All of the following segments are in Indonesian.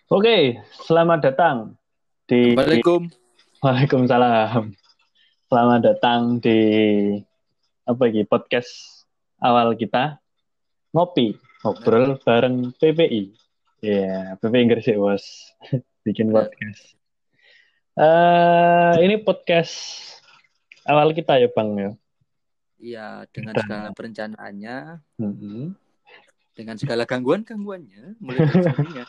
Oke, selamat datang di Assalamualaikum. Waalaikumsalam. Selamat datang di podcast awal kita ngopi Benar, ngobrol bareng PPI. Ya, PPI Gresik Bos bikin benar, benar. podcast. Ini podcast awal kita ya Bang ya. Iya, dengan segala Kita. perencanaannya, Mm-mm. dengan segala gangguan-gangguannya, mulai dari jaringan.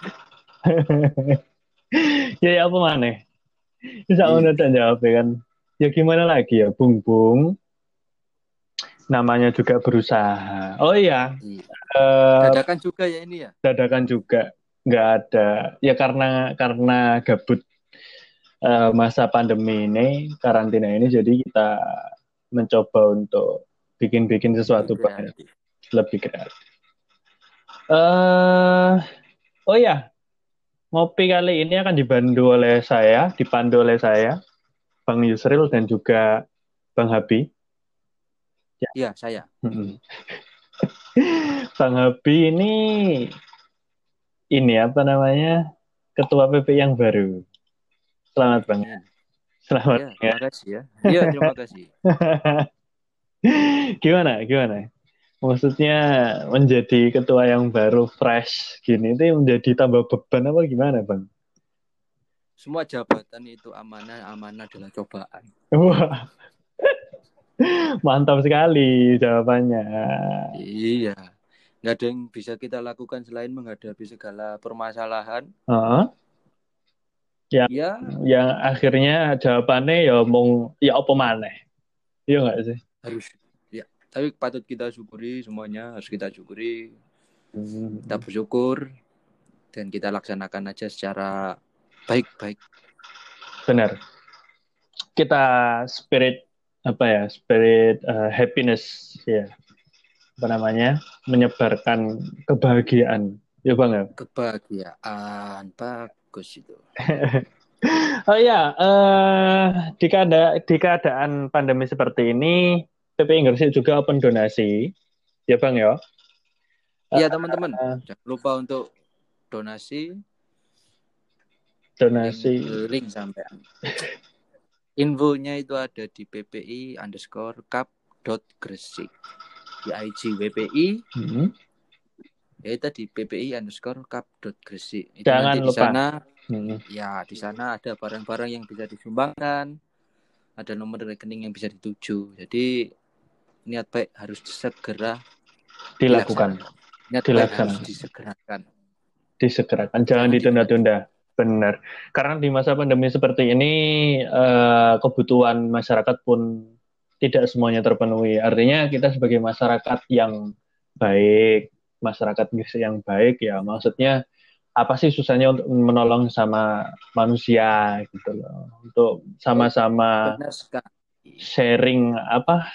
Ya, ya apa mana? Bisa Iya, mendadak jawab ya kan. Ya gimana lagi ya, Bung Bung. Namanya juga berusaha. Oh iya, iya. eh, Dadakan juga ya ini ya. dadakan juga nggak ada ya karena gabut masa pandemi ini karantina ini jadi kita mencoba untuk bikin-bikin Lebih sesuatu Bang, kreatif. lebih kreatif. eh oh ya, ngopi kali ini akan dipandu oleh saya Bang Yusril dan juga Bang Habi ya. Iya, saya. Mm-mm. Bang Habi ini apa namanya, ketua PP yang baru. Selamat Bang, Amin. selamat Ya, ya. terima kasih ya. Iya, terima kasih. Gimana? Maksudnya menjadi ketua yang baru fresh gini itu menjadi tambah beban apa gimana, Bang? Semua jabatan itu amanah, amanah adalah cobaan. Wah, mantap sekali jawabannya. Iya. Nggak ada yang bisa kita lakukan selain menghadapi segala permasalahan. Heeh. Yang Ya, yang akhirnya jawabannya ya mong ya apa maneh. Iya nggak sih? harus. Ya, tapi patut kita syukuri semuanya. Harus kita syukuri. Kita Hmm, bersyukur dan kita laksanakan aja secara baik-baik. benar. Kita spirit apa ya? Spirit happiness ya. Apa namanya? Menyebarkan kebahagiaan. Ya, Bang ya. Kebahagiaan bagus itu. Oh iya, di keadaan pandemi seperti ini, PPI Gresik juga open donasi, ya Bang ya. Iya teman-teman, Eh, jangan lupa untuk donasi donasi, link sampai infonya itu ada di ppi_cup.gresik di IG WPI hmm, ya itu di ppi_cup.gresik itu jangan nanti di lupa. sana Hmm, ya di sana ada barang-barang yang bisa disumbangkan, ada nomor rekening yang bisa dituju. Jadi niat baik harus segera dilakukan, dilaksanakan. Niat baik harus dilaksanakan, disegerakan. disegerakan, jangan Jangan ditunda-tunda. ditunda-tunda. Benar, karena di masa pandemi seperti ini kebutuhan masyarakat pun tidak semuanya terpenuhi. Artinya kita sebagai masyarakat yang baik, masyarakat Gresik yang baik ya, maksudnya apa sih susahnya untuk menolong sama manusia gitu loh, untuk Oh, sama-sama benar sekali. sharing apa,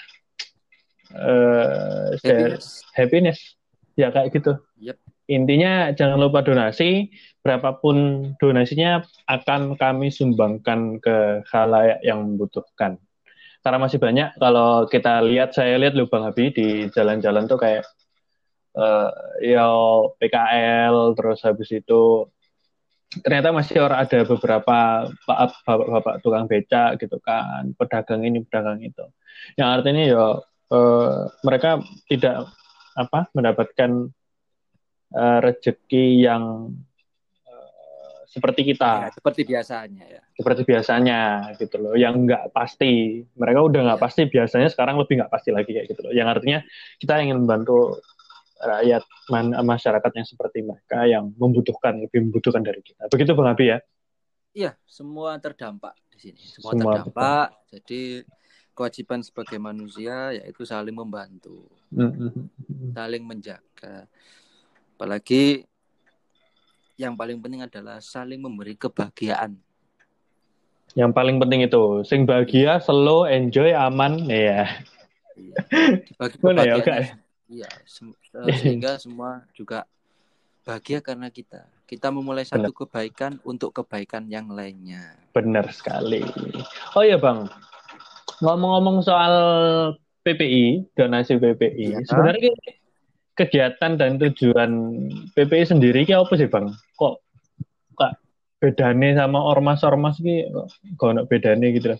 Happiness. happiness ya kayak gitu. Yep. Intinya jangan lupa donasi, berapapun donasinya akan kami sumbangkan ke khalayak yang membutuhkan, karena masih banyak kalau kita lihat, saya lihat loh Bang Habi di jalan-jalan tuh kayak eh, ya PKL, terus habis itu ternyata masih ada beberapa bapak-bapak tukang beca gitu kan, pedagang ini pedagang itu, yang artinya ya mereka tidak apa mendapatkan rezeki yang seperti Ya, kita, seperti biasanya ya. seperti biasanya gitu loh, yang nggak pasti, mereka udah nggak Ya, pasti biasanya, sekarang lebih nggak pasti lagi kayak gitu loh, yang artinya kita ingin membantu rakyat, masyarakat yang seperti mereka yang membutuhkan, lebih membutuhkan dari kita, begitu Bang Abi ya. iya, semua terdampak di sini. Semua Semua betul. terdampak. Jadi kewajiban sebagai manusia yaitu saling membantu, Mm-mm. saling menjaga. Apalagi yang paling penting adalah saling memberi kebahagiaan. Yang paling penting itu, sing Iya, bahagia, slow, enjoy, aman, ya. iya. Dibagi Mana ya, kebahagiaannya, kak? iya, sehingga semua juga bahagia karena kita. Kita memulai Bener, satu kebaikan untuk kebaikan yang lainnya. bener sekali. Oh iya Bang, ngomong-ngomong soal PPI, donasi PPI, Iya, sebenarnya kegiatan dan tujuan PPI sendiri ki apa sih Bang? Kok kak bedane sama ormas-ormas iki kok ono bedane gitu lah.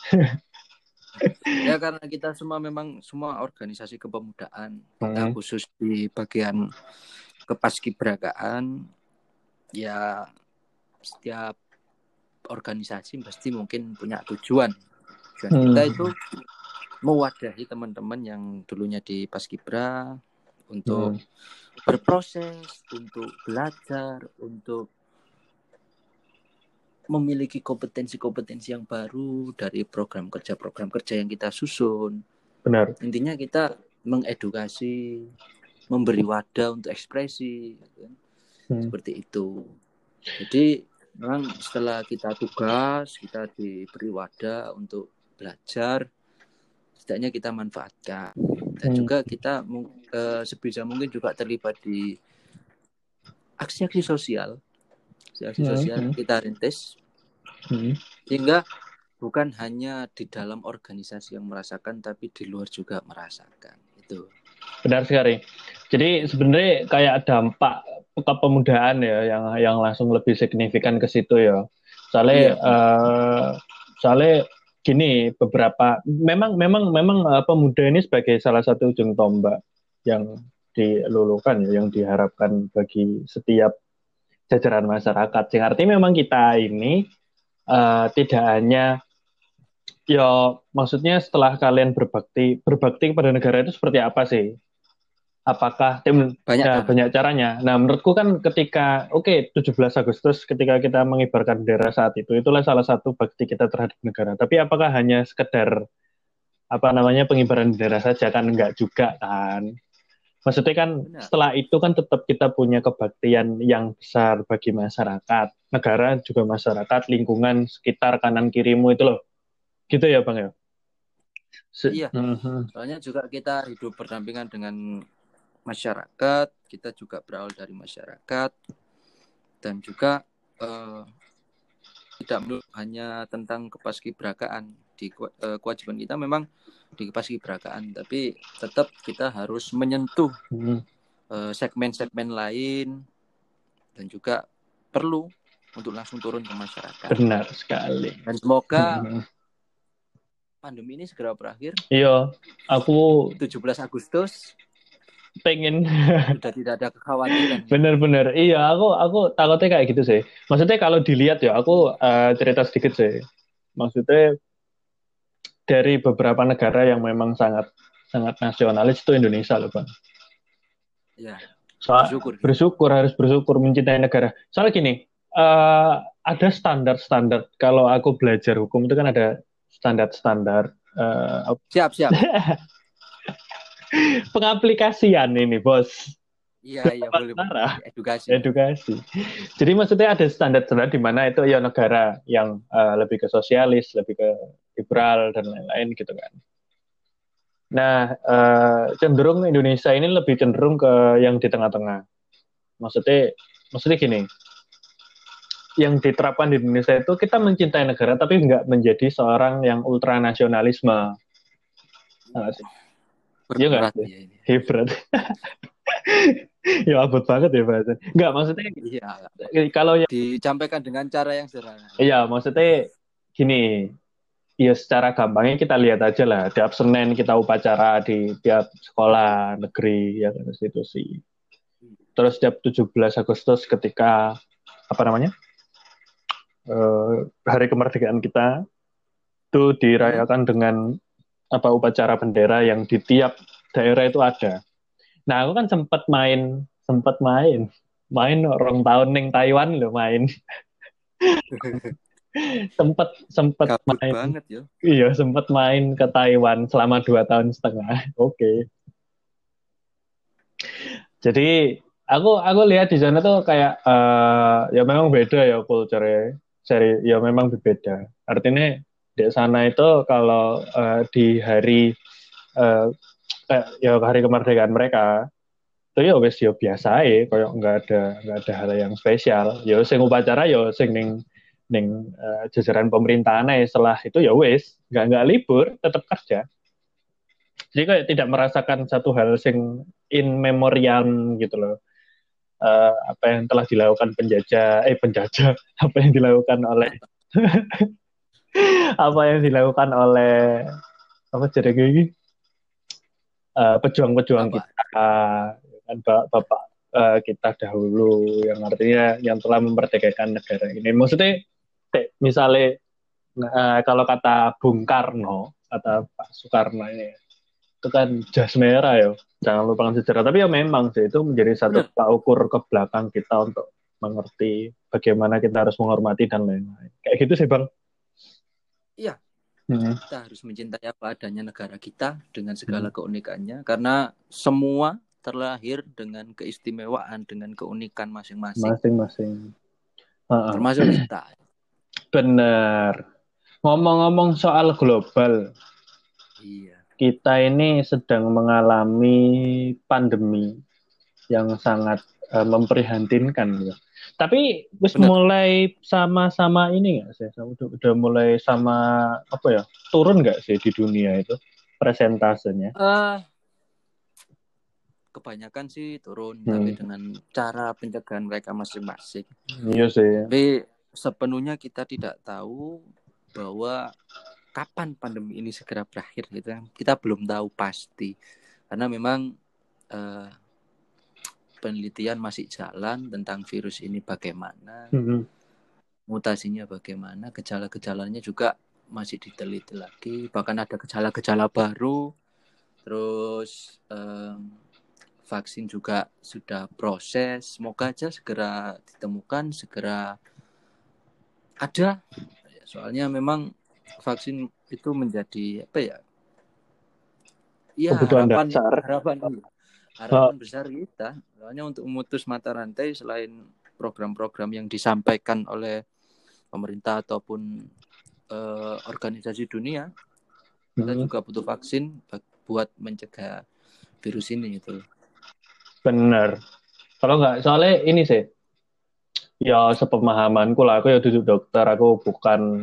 Ya karena kita semua memang semua organisasi kepemudaan, kita Hmm, khusus di bagian kepaskibrakaan, ya setiap organisasi pasti mungkin punya tujuan. Tujuan kita itu hmm, mewadahi teman-teman yang dulunya di Paskibra untuk hmm, berproses, untuk belajar, untuk memiliki kompetensi-kompetensi yang baru dari program kerja yang kita susun. benar. Intinya kita mengedukasi, memberi wadah untuk ekspresi, Hmm, seperti itu. Jadi memang setelah kita tugas, kita diberi wadah untuk belajar, setidaknya kita manfaatkan. Dan hmm, juga kita sebisa mungkin juga terlibat di aksi-aksi sosial. Aksi sosial hmm, kita rintis, hmm. sehingga bukan hanya di dalam organisasi yang merasakan, tapi di luar juga merasakan. Itu. Benar sekali. Jadi sebenarnya kayak dampak kepemudaan ya yang langsung lebih signifikan ke situ ya. Iya Soalnya benar. soalnya gini beberapa memang pemuda ini sebagai salah satu ujung tombak yang dilulukan ya, yang diharapkan bagi setiap jajaran masyarakat. Sing artinya memang kita ini tidak hanya ya maksudnya setelah kalian berbakti kepada negara itu seperti apa sih? Apakah tim Banyak ya, cara. banyak caranya. Nah, menurutku kan ketika 17 Agustus ketika kita mengibarkan bendera saat itu itulah salah satu bakti kita terhadap negara. Tapi apakah hanya sekedar apa namanya pengibaran bendera saja kan enggak juga kan. Maksudnya kan Benar. setelah itu kan tetap kita punya kebaktian yang besar bagi masyarakat, negara juga masyarakat, lingkungan sekitar kanan kirimu itu loh. Gitu ya, Bang ya. Iya. Mhm. Soalnya juga kita hidup berdampingan dengan masyarakat, kita juga berawal dari masyarakat, dan juga eh, tidak hanya tentang kepaskibrakaan. Di kewajiban kita memang di kepaskibrakaan, tapi tetap kita harus menyentuh Mhm. segmen-segmen lain, dan juga perlu untuk langsung turun ke masyarakat. Benar sekali. Dan semoga Mhm. pandemi ini segera berakhir. Iya, aku 17 Agustus pengen sudah tidak ada kekhawatiran. bener-bener iya aku takutnya kayak gitu sih maksudnya kalau dilihat ya aku cerita sedikit sih maksudnya dari beberapa negara yang memang sangat sangat nasionalis itu Indonesia loh bang Ya, soal bersyukur kita. bersyukur harus bersyukur mencintai negara soalnya gini eh, ada standar-standar kalau aku belajar hukum itu kan ada standar-standar Siap, siap. pengaplikasian ini bos Iya, iya, berapa boleh, boleh. cara Edukasi. edukasi. Jadi maksudnya ada standar-standar di mana itu ya negara yang lebih ke sosialis, lebih ke liberal dan lain-lain gitu kan. Nah, cenderung Indonesia ini lebih cenderung ke yang di tengah-tengah. Maksudnya, maksudnya gini, yang diterapkan di Indonesia itu kita mencintai negara tapi nggak menjadi seorang yang ultranasionalisme. Nah, iya nggak Berat sih? ya ini. Hebat. Ya abot banget ya bahasa. Nggak, maksudnya Iya, kalau ya, disampaikan dengan cara yang sederhana. iya maksudnya gini, ya secara gampangnya kita lihat aja lah. Tiap Senin kita upacara di tiap sekolah negeri, ya kan, institusi. Terus tiap 17 Agustus ketika apa namanya hari kemerdekaan kita itu Hmm? dirayakan dengan apa upacara bendera yang di tiap daerah itu ada. Nah aku kan sempat main orang tahun neng Taiwan loh main sempat sempat Kabut main banget ya. iya sempat main ke Taiwan selama 2 tahun setengah. Oke. Jadi aku lihat di sana tuh kayak ya memang beda ya culture-nya. Ya memang berbeda. Artinya di sana itu kalau di hari eh, ya hari kemerdekaan mereka itu ya wes ya biasa ya kayak nggak ada hal yang spesial. Ya sing upacara ya sing ning jajaran pemerintahan aja. Setelah itu ya wes nggak libur tetap kerja. Jadi kayak tidak merasakan satu hal sing in memoriam gitu loh. apa yang telah dilakukan penjajah apa yang dilakukan oleh apa yang dilakukan oleh apa jadi gini pejuang-pejuang Bapak. kita kan bapak kita dahulu yang artinya yang telah memerdekakan negara ini. Maksudnya misalnya kalau kata Bung Karno, kata Pak Soekarno ini itu kan jas merah ya, jangan lupakan sejarah. Tapi ya memang sih itu menjadi satu Benar. tolak ukur ke belakang kita untuk mengerti bagaimana kita harus menghormati dan lain-lain. Kayak gitu sih Bang. Iya, Hmm. kita harus mencintai apa adanya negara kita dengan Hmm. segala keunikannya karena semua terlahir dengan keistimewaan, dengan keunikan masing-masing, Masing-masing. termasuk kita. Bener. Ngomong-ngomong soal global, Iya. kita ini sedang mengalami pandemi yang sangat memprihatinkan gitu. Tapi wis Benar. mulai sama-sama ini nggak sih? Udah mulai sama apa ya? Turun nggak sih di dunia itu presentasenya? Eh, kebanyakan sih turun, tapi Hmm. dengan cara pencegahan mereka masing-masing. Iya sih. Tapi sepenuhnya kita tidak tahu bahwa kapan pandemi ini segera berakhir gitu kan. Kita belum tahu pasti. Karena memang eh, penelitian masih jalan tentang virus ini bagaimana, Hmm. mutasinya bagaimana, gejala-gejalanya juga masih diteliti lagi. Bahkan ada gejala-gejala baru. Terus vaksin juga sudah proses. Semoga aja segera ditemukan, segera ada. Soalnya memang vaksin itu menjadi apa ya? Iya, Kebutuhan harapan dasar. harapan Oh, harapan besar kita. Soalnya untuk memutus mata rantai selain program-program yang disampaikan oleh pemerintah ataupun organisasi dunia, kita hmm. juga butuh vaksin buat mencegah virus ini gitu. Bener. Kalau nggak, soalnya ini sih, ya sepemahamanku lah, aku ya duduk dokter, aku bukan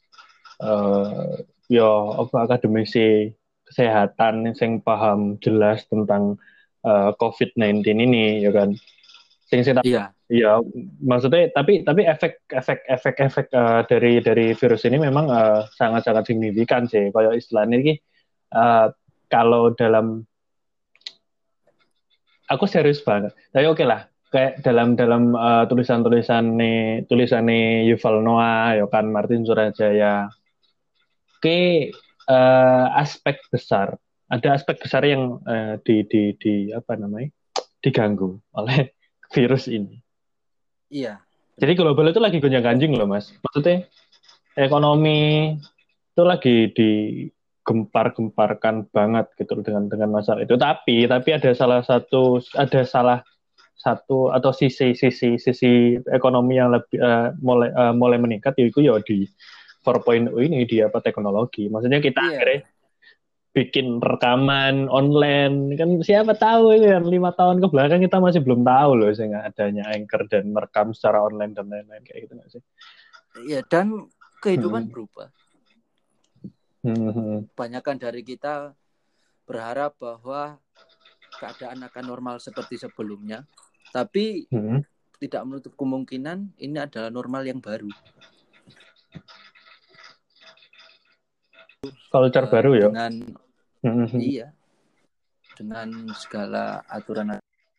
ya apa akademisi kesehatan yang paham jelas tentang COVID-19 ini ya kan. Sing sing Iya, ya maksudnya tapi efek dari virus ini memang sangat-sangat signifikan sih. Kayak istilahnya ini kalau dalam aku serius banget. Tapi oke lah kayak dalam dalam tulisan Yuval Noah ya kan Martin Surajaya aspek besar, ada aspek besar yang di apa namanya diganggu oleh virus ini. iya, Jadi benar. global itu lagi gonjang-ganjing loh mas. Maksudnya ekonomi itu lagi digempar-gemparkan banget gitu loh dengan masalah itu. Tapi ada salah satu atau sisi ekonomi yang lebih mulai meningkat yaitu ya di 4.0 ini di apa teknologi. Maksudnya kita akhirnya Iya, bikin rekaman online kan siapa tahu ini kan 5 tahun ke belakang kita masih belum tahu loh sehingga adanya Anchor dan merekam secara online dan lain-lain kayak gitu nggak sih? iya dan kehidupan Hmm. berubah. Hmm. Kebanyakan dari kita berharap bahwa keadaan akan normal seperti sebelumnya, tapi Hmm. tidak menutup kemungkinan ini adalah normal yang baru. Culture baru ya. Dengan Hmm. iya, dengan segala aturan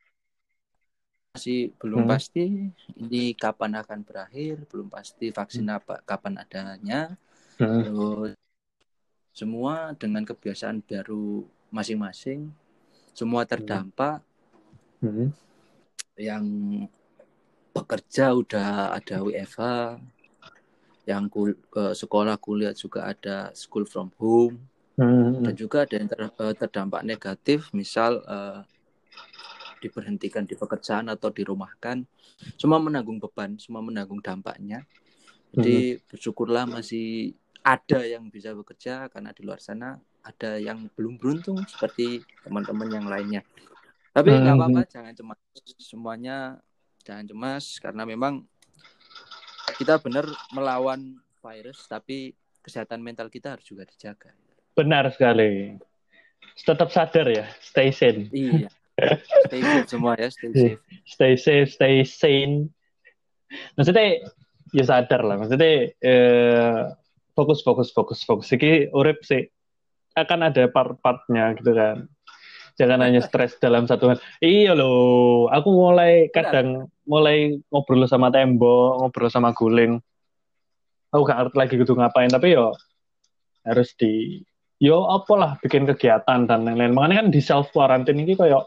masih belum Hmm. pasti ini kapan akan berakhir, belum pasti vaksin apa kapan adanya. Hmm. Terus semua dengan kebiasaan baru masing-masing, semua Hmm. terdampak. Hmm. Yang pekerja udah ada WFH, yang sekolah kuliah juga ada school from home, dan Hmm. juga ada yang terdampak negatif, misal diberhentikan di pekerjaan atau dirumahkan. Semua menanggung beban, semua menanggung dampaknya. Hmm. Jadi bersyukurlah masih ada yang bisa bekerja, karena di luar sana ada yang belum beruntung seperti teman-teman yang lainnya. Tapi nggak Hmm. apa-apa, jangan cemas. Semuanya jangan cemas, karena memang kita benar melawan virus, tapi kesehatan mental kita harus juga dijaga. Benar sekali. Tetap sadar ya, stay sane. Iya, Stay safe semua ya, stay safe. Stay safe, stay sane. Maksudnya ya sadar lah. Maksudnya fokus fokus fokus fokus. Iki urip sih akan ada part-partnya gitu kan. Jangan hanya stres dalam satu hal. Iya loh, aku mulai Benar. kadang mulai ngobrol sama tembok, ngobrol sama guling. Aku gak ngerti lagi gitu ngapain, tapi yo harus yo apalah bikin kegiatan dan lain-lain. Makanya kan di self quarantine ini kayak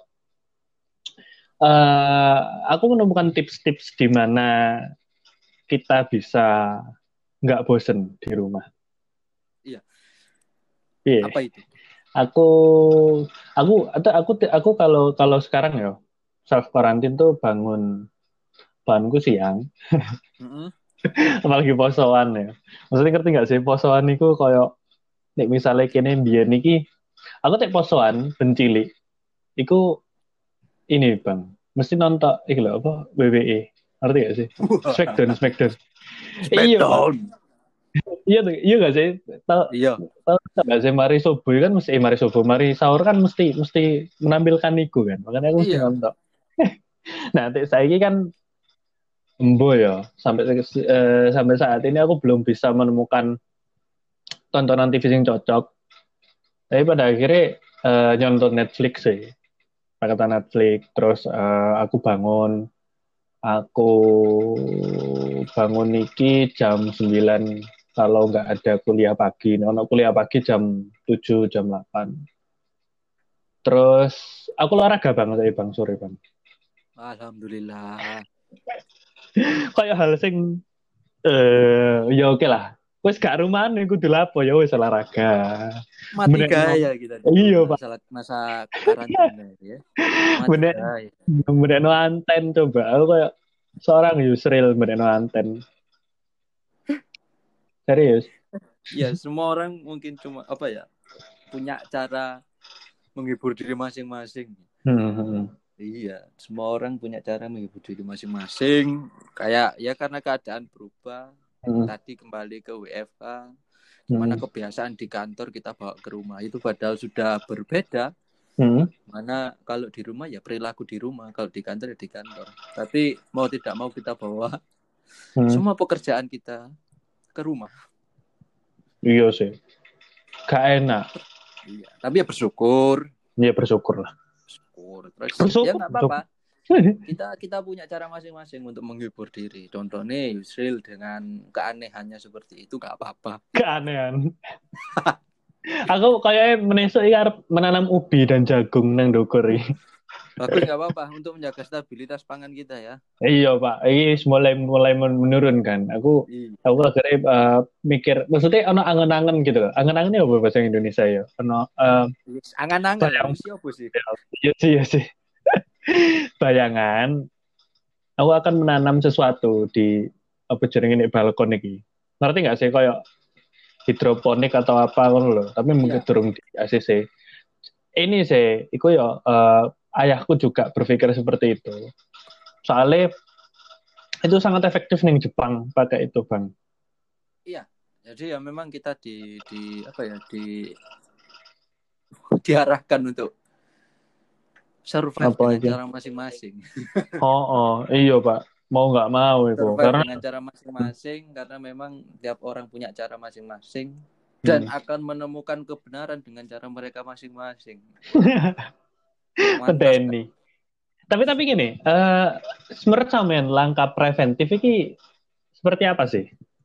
eh aku menemukan tips-tips di mana kita bisa nggak bosen di rumah. Iya. Iya, Apa itu? aku aku kalau kalau sekarang ya self quarantine tuh bangunku siang, Mm-mm. apalagi posoan ya. Maksudnya ngerti nggak sih posoan itu kayak nek misalnya kene biyen iki aku tek posoan ben cilik iku ini Bang, mesti nonton iki lho apa WWE. Ngerti gak sih? Smackdown, Smackdown. Iya, Pak. Smackdown. Iya gak sih? Tahu Iya. tahu gak sih Mari Subuh kan mesti Mari Subuh, Mari sahur kan mesti menampilkan itu kan. Makanya aku mesti Iya. nonton. Nah, saya ini kan embo ya sampai saat ini aku belum bisa menemukan tontonan TV yang cocok. Tapi pada akhirnya nyonton Netflix sih. Paketan Netflix terus aku bangun niki jam 9 kalau nggak ada kuliah pagi. Nah, kuliah pagi jam 7 jam 8. Terus aku olahraga banget ya Bang sore Bang. Alhamdulillah. Kayak hal sing ya oke lah. Wes gak rumahan kudu lapo ya wes olahraga. Mati Benek gaya kita di iya rumah Pak. saat masa karantina ya. Mati Benek gaya. benek anten coba. Aku kayak seorang Yusril benek anten. Serius. Ya, semua orang mungkin cuma apa ya, punya cara menghibur diri masing-masing. Hmm. Iya, semua orang punya cara menghibur diri masing-masing. Kayak ya karena keadaan berubah. Hmm. Tadi kembali ke WFH, gimana Hmm. kebiasaan di kantor kita bawa ke rumah itu padahal sudah berbeda. Hmm. Mana kalau di rumah ya perilaku di rumah, kalau di kantor ya di kantor. Tapi mau tidak mau kita bawa Hmm. semua pekerjaan kita ke rumah. Iya sih. Gak enak. Iya, tapi ya bersyukur. Ya bersyukur lah. Terus ya Bersyukur. nggak apa-apa. Kita punya cara masing-masing untuk menghibur diri. Contohnya Yusril dengan keanehannya seperti itu nggak apa-apa. Keanehan. Aku kayaknya menesuk iki arep menanam ubi dan jagung nang ndukur iki. Bagus nggak apa-apa untuk menjaga stabilitas pangan kita ya. Iya Pak, ini mulai mulai menurun kan. Iya. Aku akhirnya mikir, maksudnya ono angen-angen gitu loh. Angen-angennya apa bahasa Indonesia ya? Ono Angan-angan, bayang, siapa sih? iya sih, iya sih. Bayangan, aku akan menanam sesuatu di apa jenenge ini balkon iki. Ngerti nggak sih kayak hidroponik atau apa ngono loh. Tapi mungkin Iya. durung di ACC. Ini sih, iku ya ayahku juga berpikir seperti itu. Soalnya itu sangat efektif nih Jepang pakai itu Bang. Iya. Jadi ya memang kita apa ya diarahkan untuk survive Apa dengan aja? cara masing-masing. Oh, iya Pak. Mau nggak mau itu. Survive Karena dengan cara masing-masing karena memang tiap orang punya cara masing-masing dan hmm. akan menemukan kebenaran dengan cara mereka masing-masing. Mantap. Pedeni. Tapi gini, menurut sampean langkah preventif ini seperti apa sih?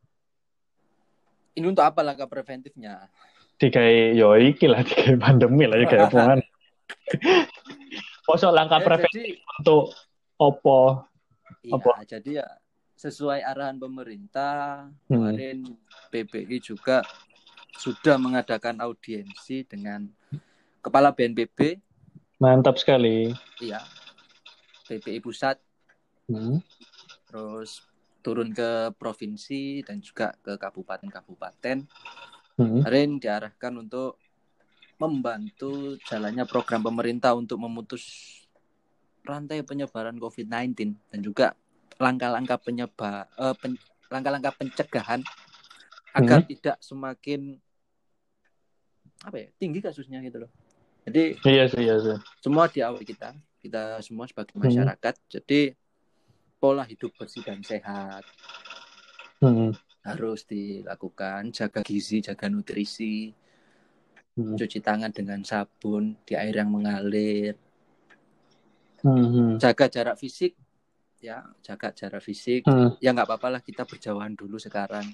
Ini untuk apa langkah preventifnya? Dikai yo iki lah, dikai pandemi lah, dikai omongan. Pokok langkah Jadi preventif untuk opo? iya, Opo? jadi ya sesuai arahan pemerintah Hmm. kemarin PBI juga sudah mengadakan audiensi dengan Kepala BNPB, Mantap sekali. iya, PBI pusat, terus turun ke provinsi dan juga ke kabupaten-kabupaten. Kemarin diarahkan untuk membantu jalannya program pemerintah untuk memutus rantai penyebaran COVID-19 dan juga langkah-langkah langkah-langkah pencegahan agar tidak semakin tinggi kasusnya gitu loh. Jadi iya sih. semua diawasi kita. kita semua sebagai masyarakat. Jadi pola hidup bersih dan sehat harus dilakukan, jaga gizi, jaga nutrisi, cuci tangan dengan sabun di air yang mengalir, jaga jarak fisik, ya jaga jarak fisik. Ya nggak apa-apa lah kita berjauhan dulu sekarang.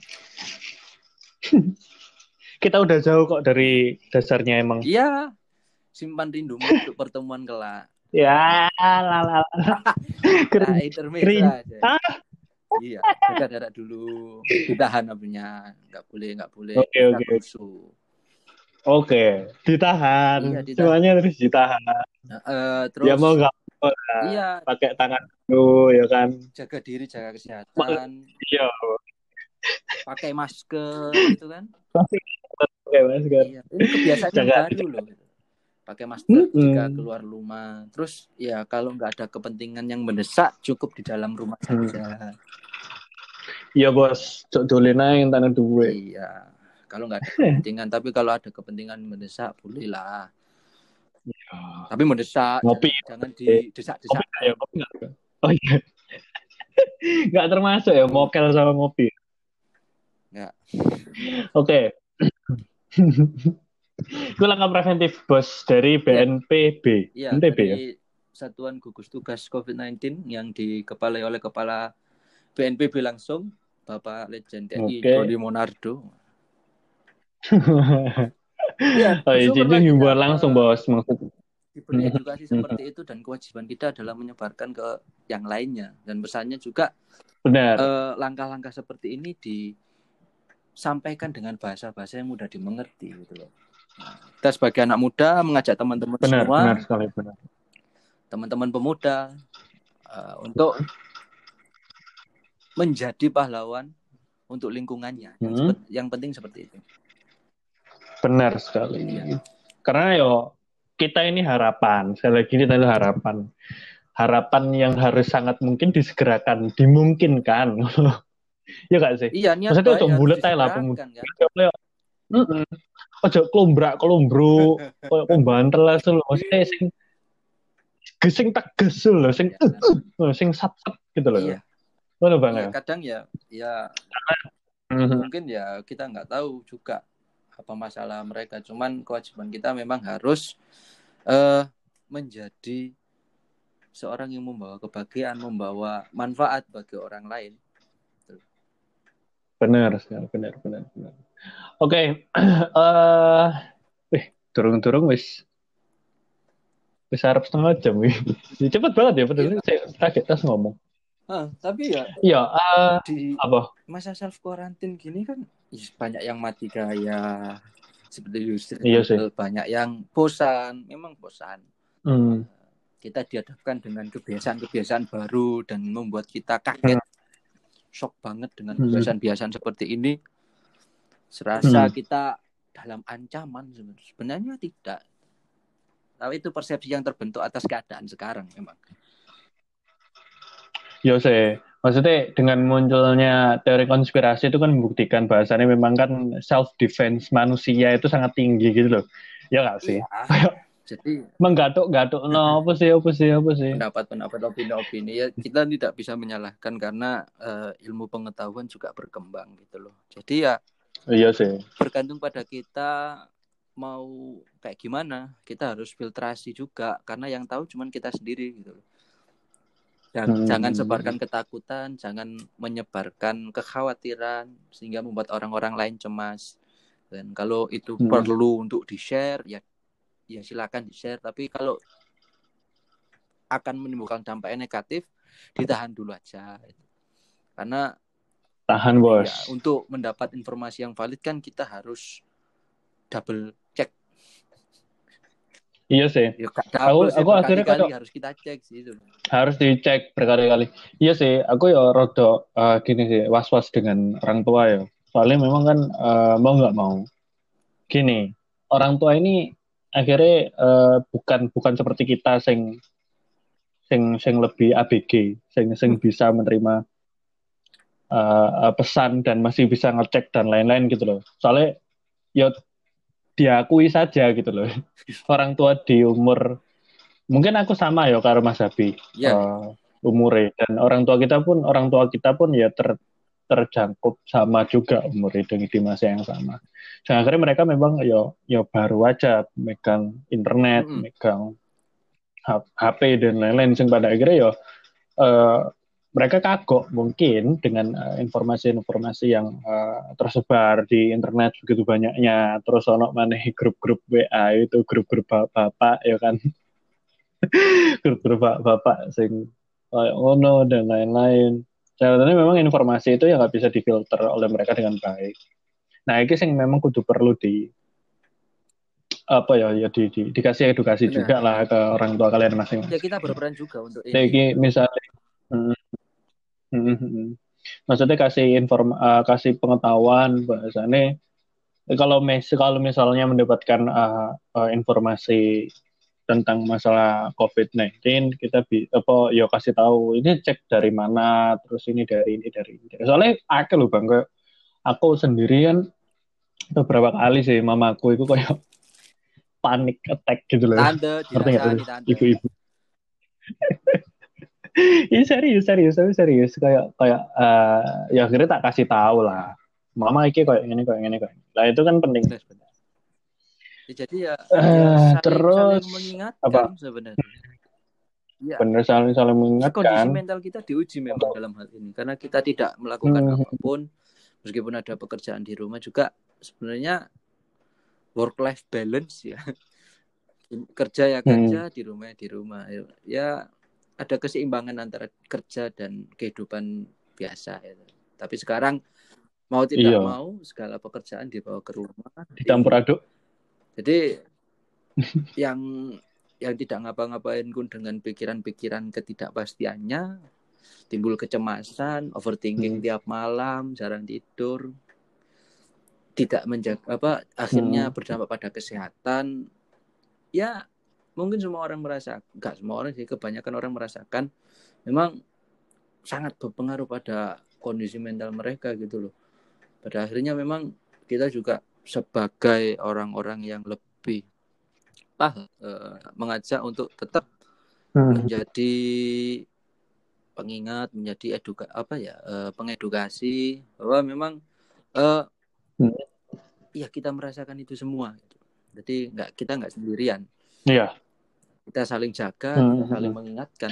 Kita udah jauh kok dari dasarnya emang. Iya, simpan rindumu untuk pertemuan kelak. Ya, lala. Nah, intermezzo aja. Iya, jaga jarak dulu, ditahan apinya, nggak boleh Oke. rusuh. Oke, ditahan. Iya, ditahan. Semuanya terus ditahan. Terus ya mau nggak mau lah. Iya, pakai tangan dulu ya kan. Jaga diri, jaga kesehatan. Iya. Pakai masker gitu kan. Pakai masker. Iya, ini kebiasaan yang baru loh. Pakai masker jika keluar rumah. Terus ya kalau nggak ada kepentingan yang mendesak, cukup di dalam rumah saja. Iya bos, cok dolena yang tanah duit. Iya, kalau nggak ada kepentingan, tapi kalau ada kepentingan mendesak, bolehlah. Ya. Tapi mendesak, ngopi. Jangan didesak-desak. Ngopi nggak? Oh iya, nggak termasuk ya mokel sama ngopi. Nggak. Oke. Itu langkah preventif bos dari BNPB. Iya, dari Satuan Gugus Tugas COVID-19 yang dikepalai oleh Kepala BNPB langsung, Bapak Legend TNI Doni Monardo. Ya, jadi himbauan langsung bos maksudnya. Diberi edukasi seperti itu dan kewajiban kita adalah menyebarkan ke yang lainnya, dan pesannya juga benar. Langkah-langkah seperti ini disampaikan dengan bahasa-bahasa yang mudah dimengerti gitu loh. Nah, kita sebagai anak muda mengajak teman-teman semua, benar sekali, benar. Teman-teman pemuda untuk menjadi pahlawan untuk lingkungannya. Yang penting seperti itu. Benar sekali. Ya. Karena kita ini harapan. Sekali lagi ini adalah harapan. Harapan yang harus sangat mungkin disegerakan, dimungkinkan. Ya nggak sih? Iya, niat maksudnya untuk bulet aja lah pemuda. Kan? Ojo klombrak-klombro, koyo kombantel lah sel. Maksudnya sing tegas loh, sing sat-sat gitu loh. Iya. Benar banget. Ya, kadang ya mungkin ya kita nggak tahu juga apa masalah mereka. Cuman kewajiban kita memang harus menjadi seorang yang membawa kebahagiaan, membawa manfaat bagi orang lain. Benar sekali, benar. Oke, turun wis harap setengah jam wih. Cepet banget ya, padahal saya kaget tas ngomong. Tapi ya di apa? Masa self quarantine gini kan banyak yang mati gaya seperti Yusri. Iya sih. Banyak yang memang bosan. Kita dihadapkan dengan kebiasaan baru dan membuat kita kaget, shock banget dengan kebiasaan seperti ini. Serasa kita dalam ancaman, sebenarnya tidak. Tapi itu persepsi yang terbentuk atas keadaan sekarang memang. Yo sih, maksudnya dengan munculnya teori konspirasi itu kan membuktikan bahasanya memang kan self defense manusia itu sangat tinggi gitu loh. Ya nggak sih? Iya. Jadi menggatuk-gatuk apa sih? Pendapat opini ya kita tidak bisa menyalahkan karena ilmu pengetahuan juga berkembang gitu loh. Jadi ya iya sih. Bergantung pada kita mau kayak gimana. Kita harus filtrasi juga karena yang tahu cuma kita sendiri gitu loh. Jangan sebarkan ketakutan, jangan menyebarkan kekhawatiran sehingga membuat orang-orang lain cemas. Dan kalau itu perlu untuk di-share ya silakan di-share, tapi kalau akan menimbulkan dampak negatif ditahan dulu aja. Karena tahan bos. Ya, untuk mendapat informasi yang valid kan kita harus double check. Iya sih. Ya, aku akhirnya kali harus kita cek sih itu. Harus dicek berkali-kali. Iya sih, aku ya rada gini sih, was-was dengan orang tua ya. Soalnya memang kan mau nggak mau. Gini, orang tua ini akhirnya bukan seperti kita sing lebih ABG, sing bisa menerima pesan dan masih bisa ngecek dan lain-lain gitu loh. Soalnya ya diakui saja gitu loh. Orang tua di umur mungkin aku sama ya karo Mas Abi Ya, umure, dan orang tua kita pun ya terjangkut sama juga umurnya di masa yang sama. Dan akhirnya mereka memang ya baru aja megang internet, mm-mm. megang HP dan lain-lain. Sing pada akhirnya ya eh, mereka kagok mungkin dengan informasi-informasi yang tersebar di internet begitu banyaknya. Terus ono maneh grup-grup WA itu grup-grup bapak ya kan, grup-grup bapak sing kayak ono dan lain-lain. Sebenarnya memang informasi itu yang nggak bisa difilter oleh mereka dengan baik. Nah, ini sing memang kudu perlu apa ya dikasih edukasi Benar. juga lah ke orang tua kalian Ya masing-masing. kita berperan juga untuk ini. Jadi misalnya hmm, hmm, hmm. Maksudnya kasih pengetahuan bahasanya kalau misalnya mendapatkan informasi tentang masalah COVID-19, kita apa ya kasih tahu ini cek dari mana, terus ini dari ini dari ini. Soalnya aku loh Bang, kayak aku sendirian beberapa kali sih mamaku itu kayak panik attack gitu loh. Tante Ngerti nggak tuh dirasani tante. ibu-ibu? Ini serius serius tapi serius kayak kayak ya akhirnya tak kasih tahu lah. Mama iki kayak gini kayak. Nah itu kan penting. Benar, benar. Ya, jadi ya saling saling Terus mengingatkan apa? sebenarnya. Ya, Bener saling saling ya kondisi mengingatkan. mental kita diuji memang dalam hal ini karena kita tidak melakukan Hmm, apapun meskipun ada pekerjaan di rumah juga sebenarnya work life balance ya. Kerja ya hmm, kerja, di rumah ya di rumah. Ya ada keseimbangan antara kerja dan kehidupan biasa ya. Tapi sekarang mau tidak iya, mau segala pekerjaan dibawa ke rumah. dicampur aduk. Jadi yang tidak ngapa-ngapain pun dengan pikiran-pikiran ketidakpastiannya timbul kecemasan, overthinking Hmm, tiap malam, jarang tidur, tidak menjaga akhirnya hmm, berdampak pada kesehatan. Ya mungkin semua orang enggak semua orang sih, kebanyakan orang merasakan memang sangat berpengaruh pada kondisi mental mereka gitu loh. Pada akhirnya memang kita juga sebagai orang-orang yang lebih mengajak untuk tetap hmm, menjadi pengingat, menjadi pengedukasi bahwa memang uh, hmm. ya kita merasakan itu semua gitu. Jadi kita nggak sendirian, Iya, kita saling jaga, hmm, kita hmm, saling hmm. mengingatkan.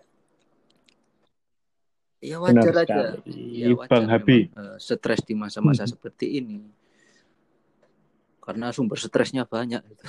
Ya Benar wajar aja, ya sekali, Bang wajar memang Habi. stres di masa-masa Hmm. seperti ini karena sumber stresnya banyak gitu.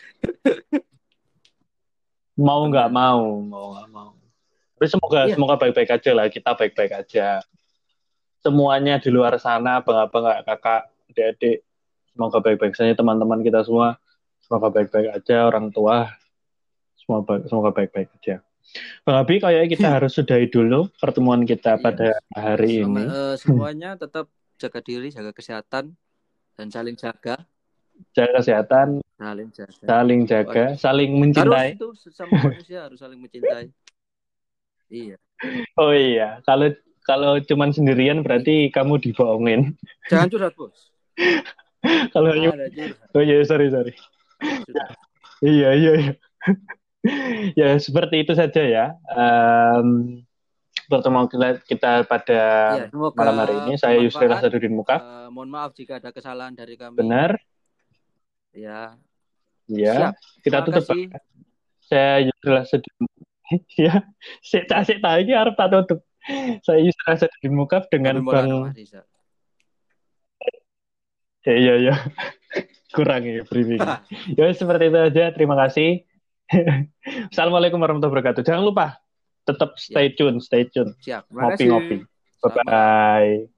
Benar. Mau nggak mau. Tapi semoga Iya, semoga baik-baik aja lah, kita baik-baik aja. Semuanya di luar sana, abang-abang, kakak, adik-adik, semoga baik-baik saja teman-teman kita semua. Semoga baik-baik aja orang tua, semoga baik-baik aja. Bang Abi, kayaknya kita harus sudahi dulu pertemuan kita iya. pada hari Selamat ini. semuanya tetap jaga diri, jaga kesehatan dan saling jaga, Jaga kesehatan, saling jaga. saling jaga, Waduh. saling Harus mencintai. itu sesama manusia harus saling mencintai. Iya. Oh iya, kalau kalau cuman sendirian berarti kamu dibohongin. Jangan curhat, Bos. Kalau Ada curhat. oh iya, sorry sorry. Ada curhat. Iya iya iya. Ya seperti itu saja ya. Pertemuan kita pada Iya, semoga malam hari ini. Saya Yusril bermanfaat. Hasanuddin Mukaf. Mohon maaf jika ada kesalahan dari kami. Benar, Ya, ya. siap. Kita Terima tutup. kasih. Saya Yusril Hasanuddin. Ya, Ya, sik tak ini harus tak tutup. Saya Yusril Hasanuddin Mukaf Nabi dengan Maulana Bang. Mas Rizal. Ya, iya iya kurang ya briefingnya. Ya seperti itu aja. Terima kasih. Assalamualaikum warahmatullahi wabarakatuh. Jangan lupa tetap Ya, stay tune, siap. Terima kasih. ngopi-ngopi. Bye Selamat malam. bye.